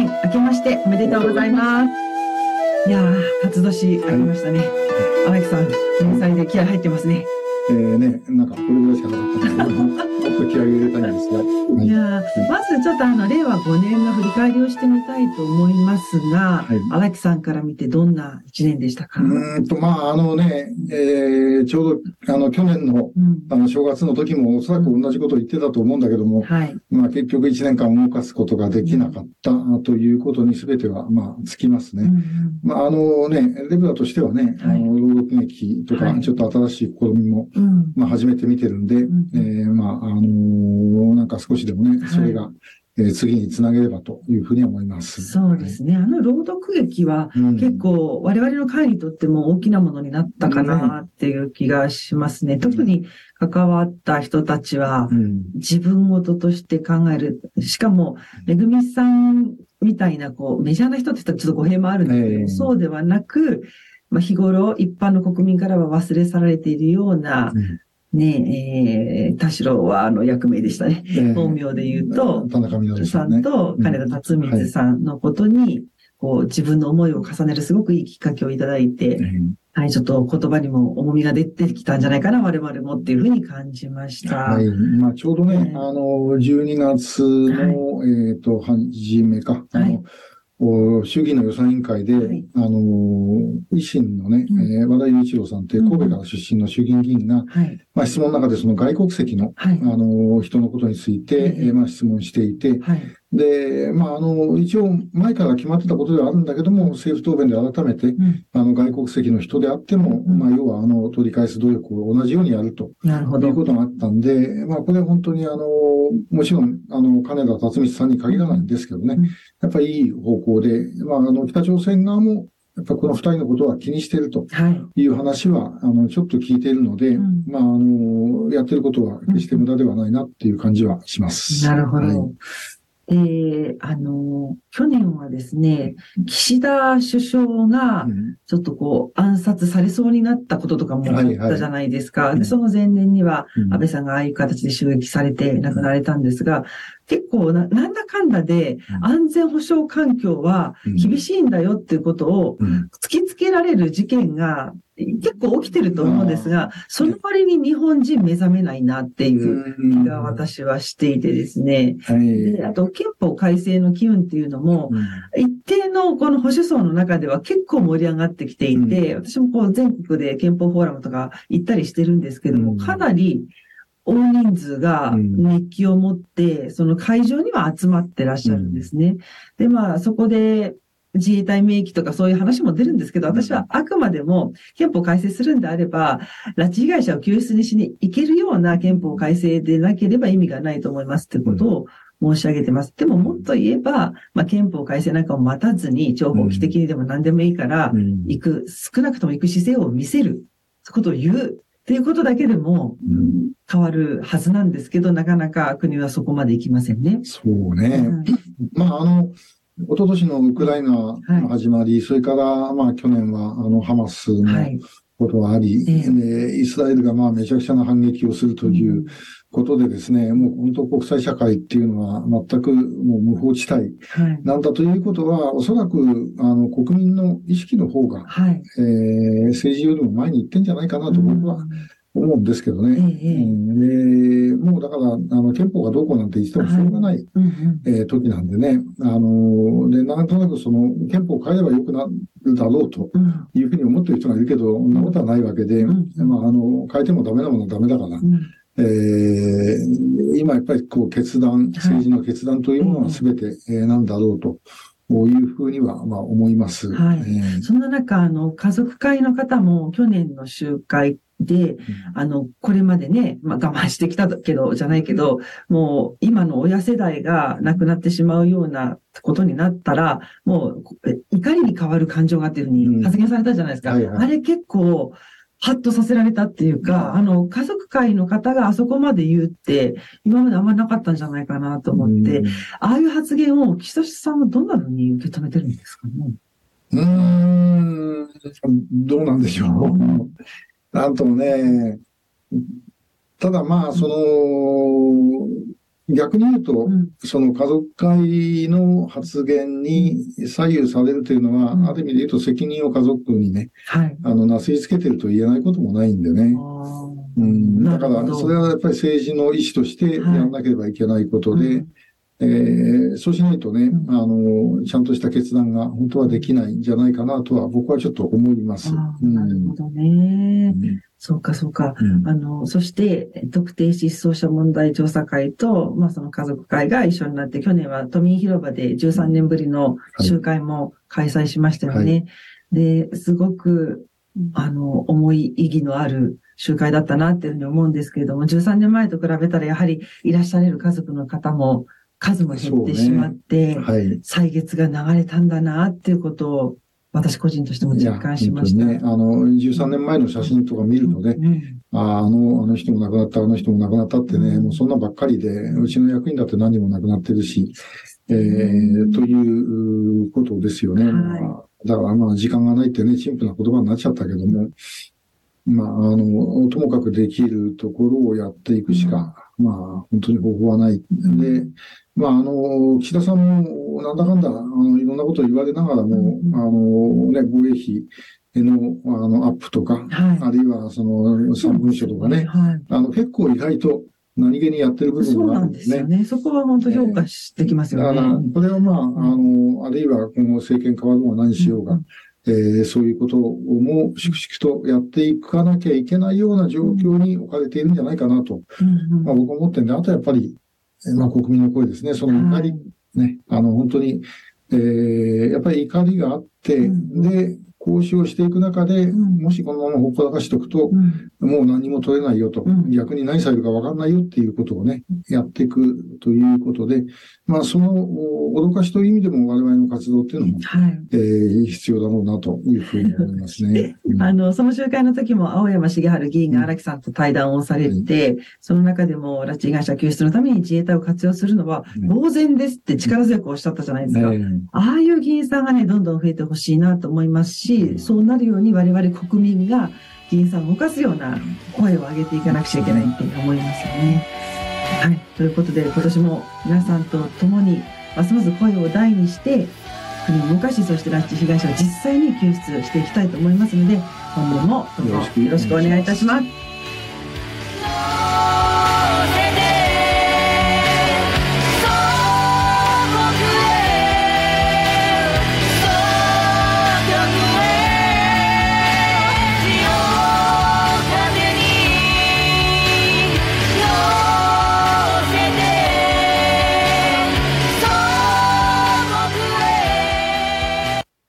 年明けましておめでとうございます。いやー、初年明けましたね。荒木さん、連載で気合入ってますね。 なんかこれぐらいしかなかったんですけど、もっと気合い入れたいんですが。 いやまずちょっと令和5年の振り返りをしてみたいと思いますが、荒木さんから見てどんな1年でしたか？ ちょうど去年の正月の時もおそらく同じことを言ってたと思うんだけども、結局1年間動かすことができなかったということに全てはつきますね。レブラとしてはね、朗読劇とかちょっと新しい試みも初めて見てるんで、なんか少しでもね、それが、次につなげればというふうに思います。 そうですね。朗読劇は結構我々の会にとっても大きなものになったかなっていう気がしますね。特に関わった人たちは自分事として考える。しかも、めぐみさんみたいなメジャーな人って言ったらちょっと語弊もあるんですけど、そうではなく、日頃一般の国民からは忘れ去られているような、田代は役名でしたね。本名で言うと、 田中みのるさんと金田辰光さんのことに、自分の思いを重ねるすごくいいきっかけをいただいて、ちょっと言葉にも重みが出てきたんじゃないかな、我々もっていうふうに感じました。 ちょうどね、12月の、初めか、衆議院の予算委員会で、維新のね、和田雄一郎さんという神戸から出身の衆議院議員が、質問の中でその外国籍の、人のことについて、質問していて、で、一応前から決まってたことではあるんだけども、政府答弁で改めて、外国籍の人であっても、要は取り返す努力を同じようにやるということがあったんで、これは本当にもちろん、金田辰光さんに限らないんですけどね、やっぱりいい方向で、北朝鮮側も、やっぱこの二人のことは気にしているという話は、ちょっと聞いているので、やってることは決して無駄ではないなっていう感じはします。 なるほど。去年はですね、岸田首相が、ちょっと暗殺されそうになったこととかもあったじゃないですか。で、その前年には、安倍さんがああいう形で襲撃されて亡くなられたんですが、結構なんだかんだで安全保障環境は厳しいんだよっていうことを突きつけられる事件が結構起きてると思うんですが、その割に日本人目覚めないなっていう気が私はしていてですね。で、あと憲法改正の機運っていうのも、一定のこの保守層の中では結構盛り上がってきていて、私も全国で憲法フォーラムとか行ったりしてるんですけども、かなり大人数が熱気を持って、その会場には集まってらっしゃるんですね。で、そこで、自衛隊名義とかそういう話も出るんですけど、私はあくまでも憲法改正するんであれば、拉致被害者を救出にしに行けるような憲法改正でなければ意味がないと思いますってことを申し上げてます。でももっと言えば、憲法改正なんかを待たずに、超法規的にでも何でもいいから、少なくとも行く姿勢を見せる、そういうことを言うっていうことだけでも変わるはずなんですけど、なかなか国はそこまで行きませんね。 そうね。一昨年のウクライナの始まり、それから去年はハマスのことがあり、イスラエルがめちゃくちゃな反撃をするということでですね、もう本当国際社会っていうのは全くもう無法地帯なんだということは、おそらく国民の意識の方が、政治よりも前に行ってんじゃないかなと僕は思うんですけどね。もうだから、憲法がどうこうなんて言ってもしょうがない、時なんでね。で、なんとなくその憲法を変えればよくなるだろうというふうに思っている人がいるけど、そんなことはないわけで、変えてもダメなものはダメだから、今やっぱり政治の決断というものは全て、なんだろうと。こういうふうには、思います。 そんな中、家族会の方も去年の集会で、これまでね、我慢してきたけど、じゃないけど、もう今の親世代が亡くなってしまうようなことになったら、もう怒りに変わる感情がっていうふうに発言されたじゃないですか。あれ結構、ハッとさせられたっていうか、家族会の方があそこまで言うって、今まであんまりなかったんじゃないかなと思って、ああいう発言を岸田さんはどんなふうに受け止めてるんですかね。 どうなんでしょう。なんともね、ただ逆に言うと、その家族会の発言に左右されるというのは、ある意味で言うと責任を家族にね、なすりつけてると言えないこともないんでね。だから、それはやっぱり政治の意思としてやらなければいけないことで、そうしないとね、ちゃんとした決断が本当はできないんじゃないかなとは僕はちょっと思います。 なるほどね。そうか、そうか。そして、特定失踪者問題調査会と、その家族会が一緒になって、去年は都民広場で13年ぶりの集会も開催しましたよね。で、すごく、重い意義のある集会だったなっていうふうに思うんですけれども、13年前と比べたらやはりいらっしゃれる家族の方も数も減ってしまって、歳月が流れたんだなっていうことを、私個人としても実感しました。 13年前の写真とか見るとね、あの人も亡くなった、あの人も亡くなったってね、もうそんなばっかりで、うちの役員だって何人も亡くなってるし、ということですよね。だから時間がないってね、陳腐な言葉になっちゃったけども、ともかくできるところをやっていくしか、本当に方法はない。で、岸田さんもなんだかんだ、いろんなことを言われながらも、防衛費のアップとか、あるいはその3文書とかね、結構意外と何気にやってる部分があるんですね。 そうなんですよね。そこは本当評価してきますよね。 だから、これはあるいは今後政権変わるのは何しようが、そういうことも粛々とやっていかなきゃいけないような状況に置かれているんじゃないかなと、僕は思ってるんで、あとやっぱり、国民の声ですね、その怒り、ね、本当に、やっぱり怒りがあって、で、交渉していく中で、もしこのままほっぽらかしておくと、もう何も取れないよと、逆に何されるか分かんないよっていうことをね、やっていくということで、その脅かしという意味でも我々の活動っていうのも、必要だろうなというふうに思いますね。 その集会の時も青山茂春議員が荒木さんと対談をされて、その中でも拉致被害者救出のために自衛隊を活用するのは当然ですって力強くおっしゃったじゃないですか。ああいう議員さんがね、どんどん増えてほしいなと思いますし、そうなるように我々国民が議員さんを動かすような声を上げていかなくちゃいけないって思いますよね。はい。ということで、今年も皆さんと共に、ますます声を大にして、国を動かし、そして拉致被害者を実際に救出していきたいと思いますので、今後もどうぞよろしくお願いいたします。